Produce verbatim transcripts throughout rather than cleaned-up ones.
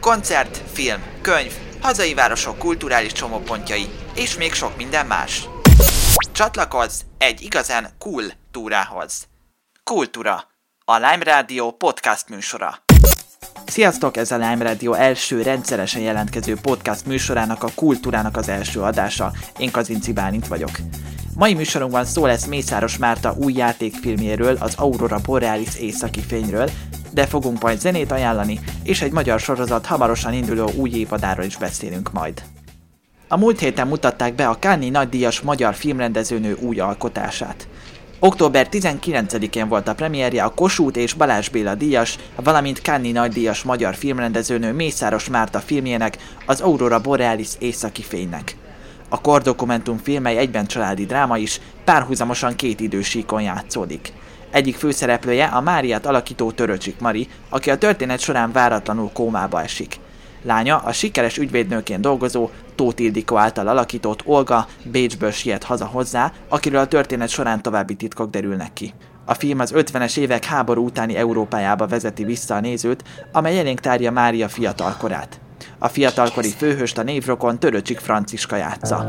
Koncert, film, könyv, hazai városok kulturális csomópontjai és még sok minden más. Csatlakozz egy igazán cool túrához. Kultúra, a Lime Radio podcast műsora. Sziasztok, ez a Lime Radio első rendszeresen jelentkező podcast műsorának, a Kultúrának az első adása. Én Kazinci Bálint vagyok. Mai műsorunkban szó lesz Mészáros Márta új játékfilmjéről, az Aurora Borealis északi fényről, de fogunk majd zenét ajánlani, és egy magyar sorozat hamarosan induló új évadáról is beszélünk majd. A múlt héten mutatták be a Cannes-i nagydíjas magyar filmrendezőnő új alkotását. október tizenkilencedikén volt a premierje a Kossuth és Balázs Béla díjas, valamint Cannes-i nagydíjas magyar filmrendezőnő Mészáros Márta filmjének, az Aurora Borealis északi fénynek. A kordokumentum filmely egyben családi dráma is, párhuzamosan két idősíkon játszódik. Egyik főszereplője a Máriát alakító Töröcsik Mari, aki a történet során váratlanul kómába esik. Lánya a sikeres ügyvédnőként dolgozó Tóth Ildikó által alakított Olga Bécsből siet haza hozzá, akiről a történet során további titkok derülnek ki. A film az ötvenes évek háború utáni Európájába vezeti vissza a nézőt, amely elénk tárja Mária fiatalkorát. A fiatalkori főhőst a névrokon Töröcsik Franciska játsza.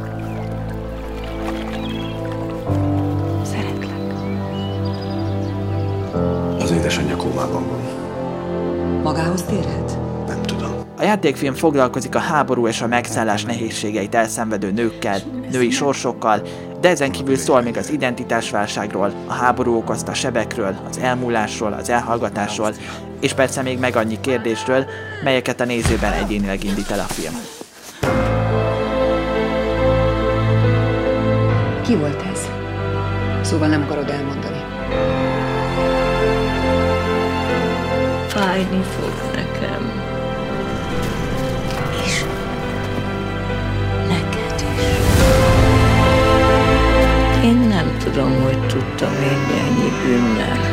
Szeretlek. Az édesanyja kómában van. Magához térhet? Nem tudom. A játékfilm foglalkozik a háború és a megszállás nehézségeit elszenvedő nőkkel, női sorsokkal, de ezen kívül szól még az identitásválságról, a háború okozta sebekről, az elmúlásról, az elhallgatásról, és persze még meg annyi kérdésről, melyeket a nézőben egyénileg indít el a film. Ki volt ez? Szóval nem akarod elmondani. Fájni fog nekem. És Neked is. Én nem tudom, hogy tudtam élni ennyi bűnnel.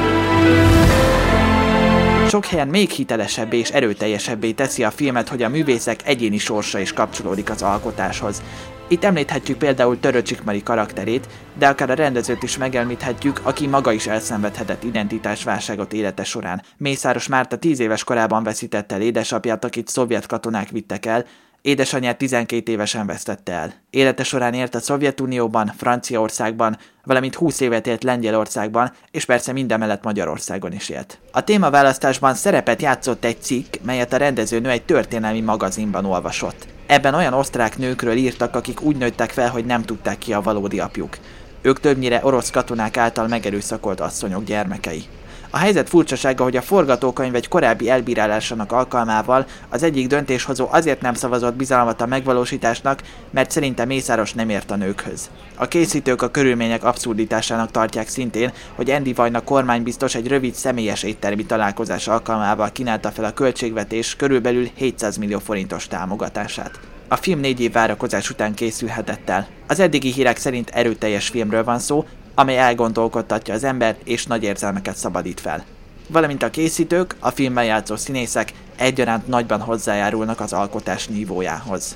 Sok helyen még hitelesebbé és erőteljesebbé teszi a filmet, hogy a művészek egyéni sorsa is kapcsolódik az alkotáshoz. Itt említhetjük például Töröcsik Mari karakterét, de akár a rendezőt is megemlíthetjük, aki maga is elszenvedhetett identitásválságot élete során. Mészáros Márta tíz éves korában veszítette el édesapját, akit szovjet katonák vittek el, édesanyját tizenkét évesen vesztette el. Élete során élt a Szovjetunióban, Franciaországban, valamint húsz évet élt Lengyelországban, és persze mindemellett Magyarországon is élt. A témaválasztásban szerepet játszott egy cikk, melyet a rendezőnő egy történelmi magazinban olvasott. Ebben olyan osztrák nőkről írtak, akik úgy nőttek fel, hogy nem tudták ki a valódi apjuk. Ők többnyire orosz katonák által megerőszakolt asszonyok gyermekei. A helyzet furcsasága, hogy a forgatókönyv egy korábbi elbírálásának alkalmával az egyik döntéshozó azért nem szavazott bizalmat a megvalósításnak, mert szerinte Mészáros nem ért a nőkhöz. A készítők a körülmények abszurditásának tartják szintén, hogy Andy Vajna kormánybiztos egy rövid személyes éttermi találkozás alkalmával kínálta fel a költségvetés körülbelül hétszáz millió forintos támogatását. A film négy év várakozás után készülhetett el. Az eddigi hírek szerint erőteljes filmről van szó, amely elgondolkodtatja az embert és nagy érzelmeket szabadít fel. Valamint a készítők, a filmben játszó színészek egyaránt nagyban hozzájárulnak az alkotás nívójához.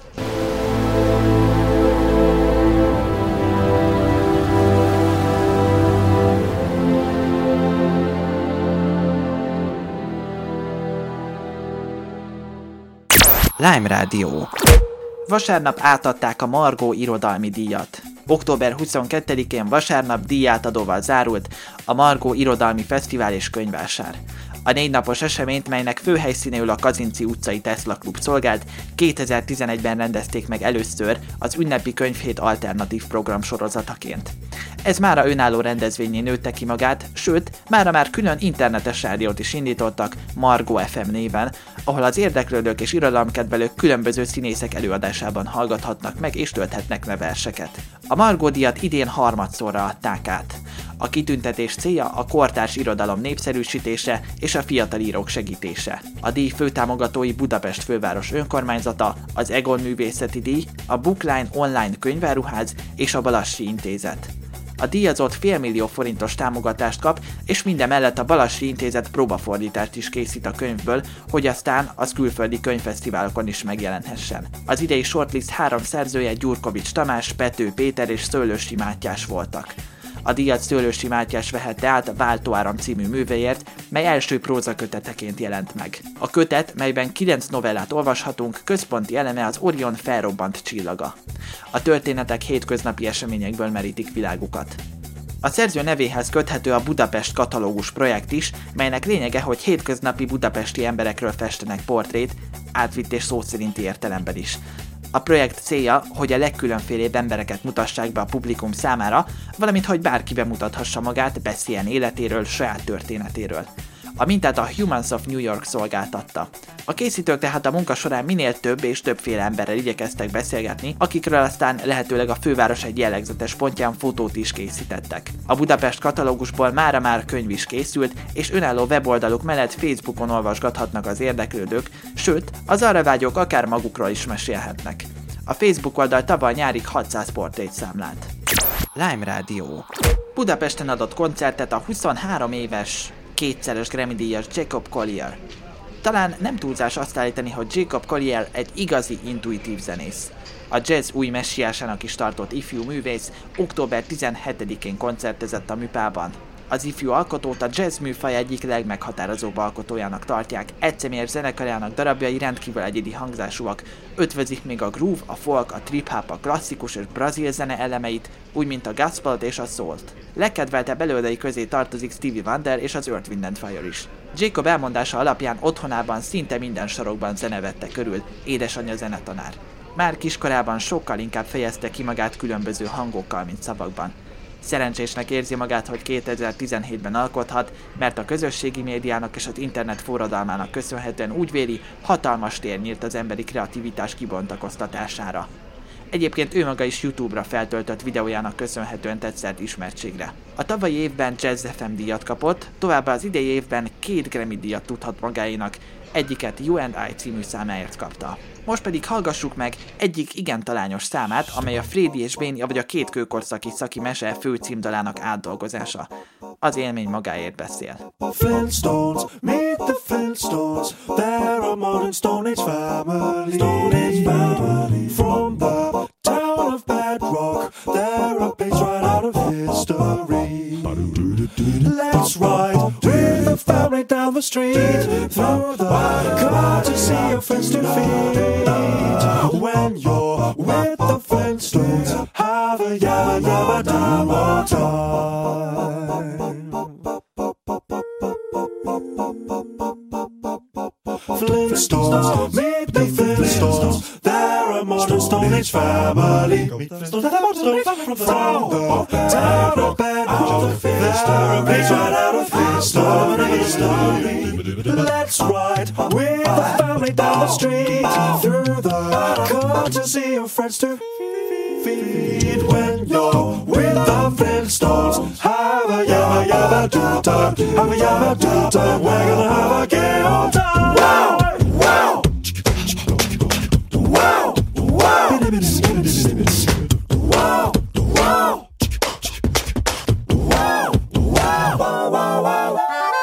Lime Radio. Vasárnap átadták a Margó irodalmi díjat. október huszonkettedikén vasárnap díjátadóval zárult a Margó Irodalmi Fesztivál és Könyvvásár. A négy napos eseményt, melynek főhelyszínéül a Kazinczy utcai Tesla Klub szolgált, kétezer-tizenegyben rendezték meg először az ünnepi könyvhét alternatív program sorozataként. Ez mára önálló rendezvényé nőtte ki magát, sőt, mára már külön internetes rádiót is indítottak Margó ef em néven, ahol az érdeklődők és irodalomkedvelők különböző színészek előadásában hallgathatnak meg és tölthetnek le verseket. A Margó díjat idén harmadszorra adták át. A kitüntetés célja a kortárs irodalom népszerűsítése és a fiatal írók segítése. A díj főtámogatói Budapest főváros önkormányzata, az Egon Művészeti Díj, a Bookline online könyváruház és a Balassi Intézet. A díjazott félmillió forintos támogatást kap, és mindemellett a Balassi Intézet próbafordítást is készít a könyvből, hogy aztán az külföldi könyvfesztiválokon is megjelenhessen. Az idei shortlist három szerzője Gyurkovics Tamás, Pető Péter és Szőlősi Mátyás voltak. A díjat Szőlősi Mátyás vehette át a Váltóáram című művéért, mely első prózaköteteként jelent meg. A kötet, melyben kilenc novellát olvashatunk, központi eleme az Orion felrobbant csillaga. A történetek hétköznapi eseményekből merítik világukat. A szerző nevéhez köthető a Budapest katalógus projekt is, melynek lényege, hogy hétköznapi budapesti emberekről festenek portrét, átvitt és szó szerinti értelemben is. A projekt célja, hogy a legkülönfélébb embereket mutassák be a publikum számára, valamint hogy bárki bemutathassa magát, beszéljen életéről, saját történetéről. A mintát a Humans of New York szolgáltatta. A készítők tehát a munka során minél több és többféle emberrel igyekeztek beszélgetni, akikről aztán lehetőleg a főváros egy jellegzetes pontján fotót is készítettek. A Budapest katalógusból mára már könyv is készült, és önálló weboldaluk mellett Facebookon olvasgathatnak az érdeklődők, sőt, az arra vágyók akár magukról is mesélhetnek. A Facebook oldal tavaly nyárig hatszáz portrét számlált. Lime Rádió. Budapesten adott koncertet a huszonhárom éves kétszeres Grammy-díjas Jacob Collier. Talán nem túlzás azt állítani, hogy Jacob Collier egy igazi intuitív zenész. A jazz új messiásának is tartott ifjú művész október tizenhetedikén koncertezett a Műpában. Az ifjú alkotót a jazz műfaj egyik legmeghatározóbb alkotójának tartják, egyszemélyes zenekarának darabjai rendkívül egyedi hangzásúak, ötvözik még a groove, a folk, a trip-hop, a klasszikus és brazil zene elemeit, úgy mint a gospelt és a soult. Legkedveltebb előadói közé tartozik Stevie Wonder és az Earth, Wind and Fire is. Jacob elmondása alapján otthonában szinte minden sarokban zene vette körül, édesanyja zenetanár. Már kiskorában sokkal inkább fejezte ki magát különböző hangokkal, mint szavakban. Szerencsésnek érzi magát, hogy kétezer-tizenhétben alkothat, mert a közösségi médiának és az internet forradalmának köszönhetően úgy véli, hatalmas tér nyílt az emberi kreativitás kibontakoztatására. Egyébként ő maga is YouTube-ra feltöltött videójának köszönhetően tett szert ismertségre. A tavalyi évben Jazz ef em díjat kapott, továbbá az idei évben két Grammy díjat tudhat magáénak, egyiket You and I című számáért kapta. Most pedig hallgassuk meg egyik igen talányos számát, amely a Frédi és Béni, vagy a két kőkorszaki szaki mese fő címdalának átdolgozása. Az élmény magáért beszél. Flintstones, meet the Flintstones, they're a modern Stone Age family. Stone Age family. From the town of Bedrock, they're a page right out of history. Let's ride with the family down the street, through the courtesy of friends to feed. When you're with the Flintstones, have a yabba yabba dabba time. Flintstones, meet the Flintstones, they're a modern Stone Age family. From the town of Bedrock, they're a page right out of history. Let's ride with the family down the street, through the courtesy of friends to feed. When you're with the Flintstones, have a yabba yabba do time, have a yabba do time. We're gonna have a gay old time. Wow, wow, wow, wow, wow, wow, wow, wow, wow, wow.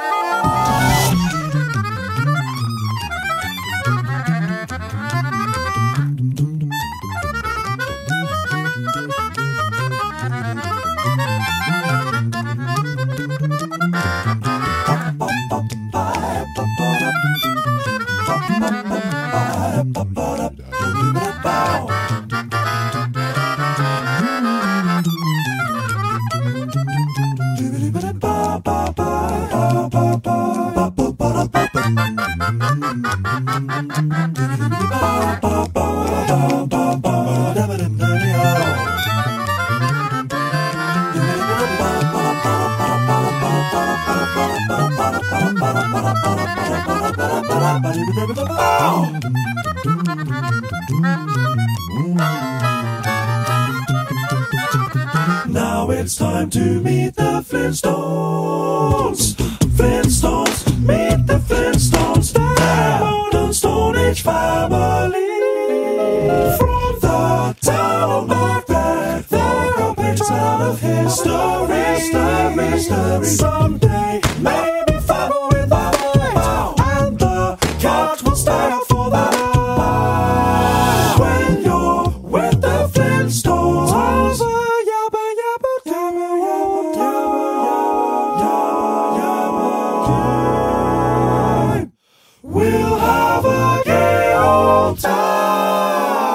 Now it's time to meet the Flintstones. Flintstones, meet the Flintstones. They're a modern Stone Age family. From the town of Bedrock, they're a page out of history. History. Someday, maybe family with the light, and the cat will stay up for the night. When you're with the Flintstones, have a yabba yabba dabba yabba We'll have a gay old time.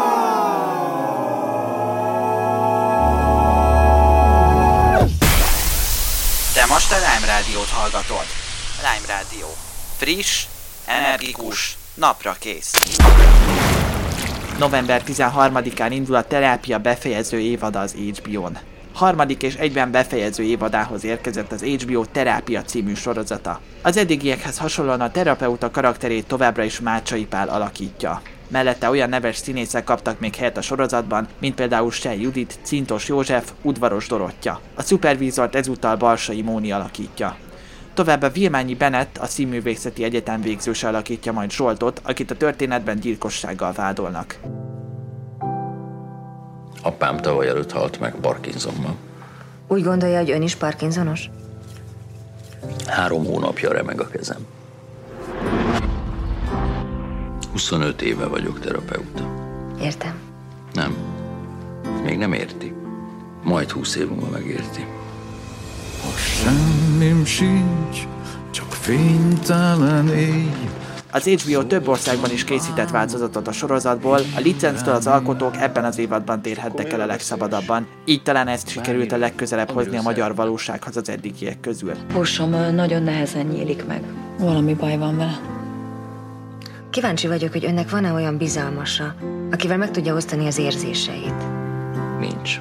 Te most a Lime Rádiót hallgatod. Lime Rádió. Friss, energikus, napra kész. november tizenharmadikán indul a Terápia befejező évada az há bé ó-n. Harmadik és egyben befejező évadához érkezett az há bé ó Terápia című sorozata. Az eddigiekhez hasonlóan a terapeuta karakterét továbbra is Mácsai Pál alakítja. Mellette olyan neves színészek kaptak még helyet a sorozatban, mint például Sely Judit, Cintos József, Udvaros Dorottya. A szupervízort ezúttal Balsai Móni alakítja. Továbbá Vilmányi Bennett, a Színművészeti Egyetem végzőse alakítja majd Zsoltot, akit a történetben gyilkossággal vádolnak. Apám tavaly előtt halt meg Parkinsonban. Úgy gondolja, hogy ön is Parkinsonos? Három hónapja remeg a kezem. huszonöt éve vagyok terapeuta. Értem. Nem. Még nem érti. Majd húsz év múlva megérti. Ha semmim sincs, csak fénytelen éj. Az há bé ó több országban is készített változatot a sorozatból, a licenctől az alkotók ebben az évadban térhettek el a legszabadabban, így talán ezt sikerült a legközelebb hozni a magyar valósághoz az eddigiek közül. Húsom nagyon nehezen nyílik meg. Valami baj van vele. Kíváncsi vagyok, hogy önnek van-e olyan bizalmasa, akivel meg tudja osztani az érzéseit. Nincs.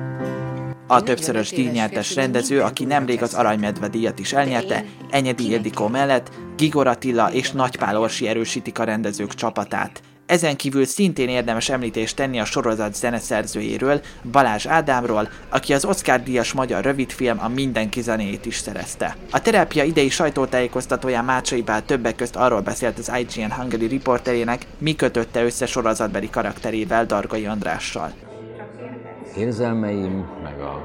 A többszörös díjnyertes rendező, aki nemrég az Aranymedve díjat is elnyerte, Enyedi Ildikó mellett Gigor Attila és Nagy Pál Orsi erősítik a rendezők csapatát. Ezen kívül szintén érdemes említést tenni a sorozat zeneszerzőjéről, Balázs Ádámról, aki az Oscar-díjas magyar rövidfilm A Mindenki zenéjét is szerezte. A Terápia idei sajtótájékoztatóján Mácsai Pál többek közt arról beszélt az i gé en Hungary riporterének, mi kötötte össze sorozatbeli karakterével, Dargai Andrással. Érzelmeim, meg a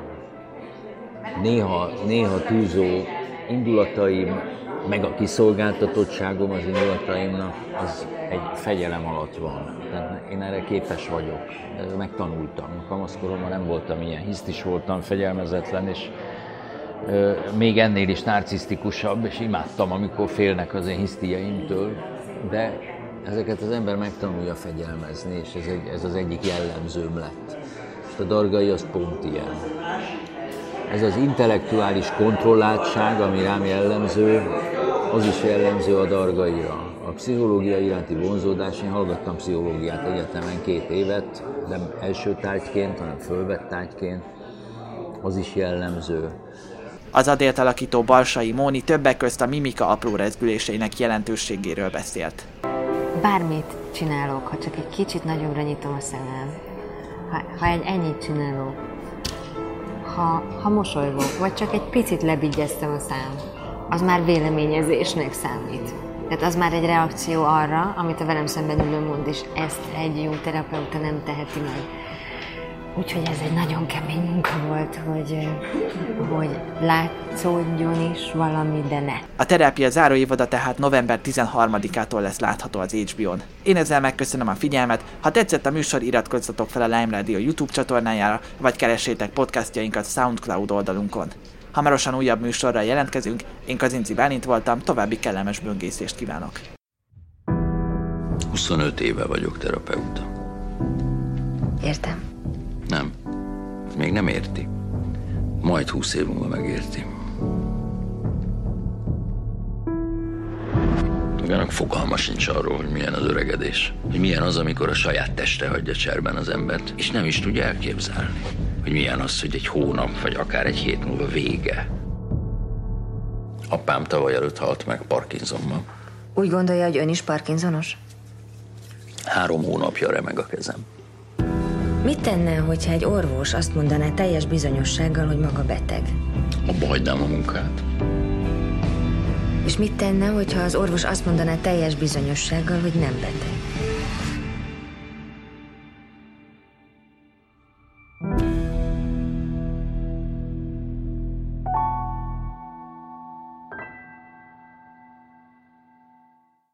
néha, néha túlzó indulataim, meg a kiszolgáltatottságom az indulataimnak, az egy fegyelem alatt van. Tehát én erre képes vagyok, megtanultam. Kamaszkoromban nem voltam ilyen, hisztis voltam, fegyelmezetlen, és ö, még ennél is narcisztikusabb, és imádtam, amikor félnek az én hisztieimtől, de ezeket az ember megtanulja fegyelmezni, és ez, egy, ez az egyik jellemzőm lett. És a Dargai az pont ilyen. Ez az intellektuális kontrolláltság, ami rám jellemző, az is jellemző a Dargaira. A pszichológia iránti vonzódás, én hallgattam pszichológiát egyetemen két évet, nem első tárgyként, hanem fölvett tárgyként, az is jellemző. Az Adélt alakító Balsai Móni többek közt a mimika apró rezgüléseinek jelentőségéről beszélt. Bármit csinálok, ha csak egy kicsit nagyobbra nyitom a szemem, ha, ha egy ennyit csinálok, ha, ha mosolygok, vagy csak egy picit lebigyeztem a szám, az már véleményezésnek számít. Tehát az már egy reakció arra, amit a velem szemben ülő mond, és ezt egy jó terapeuta nem teheti meg. Úgyhogy ez egy nagyon kemény munka volt, hogy, hogy látszódjon is valami, de ne. A Terápia záró évada tehát november tizenharmadikától lesz látható az há bé ó-n. Én ezzel megköszönöm a figyelmet, ha tetszett a műsor, iratkozzatok fel a Lime Radio YouTube csatornájára, vagy keressétek podcastjainkat SoundCloud oldalunkon. Hamarosan újabb műsorral jelentkezünk, én Kazinczy Bálint voltam, további kellemes böngészést kívánok. huszonöt éve vagyok terapeuta. Értem. Nem. Még nem érti. Majd húsz év múlva megérti. Magának fogalma sincs arról, hogy milyen az öregedés. Hogy milyen az, amikor a saját teste hagyja cserben az embert, és nem is tudja elképzelni. Hogy milyen az, hogy egy hónap, vagy akár egy hét múlva vége. Apám tavaly előtt halt meg Parkinsonban. Úgy gondolja, hogy ön is Parkinsonos? Három hónapja remeg a kezem. Mit tenne, hogyha egy orvos azt mondaná teljes bizonyossággal, hogy maga beteg? Abba hagynám a munkát. És mit tenne, hogyha az orvos azt mondaná teljes bizonyossággal, hogy nem beteg?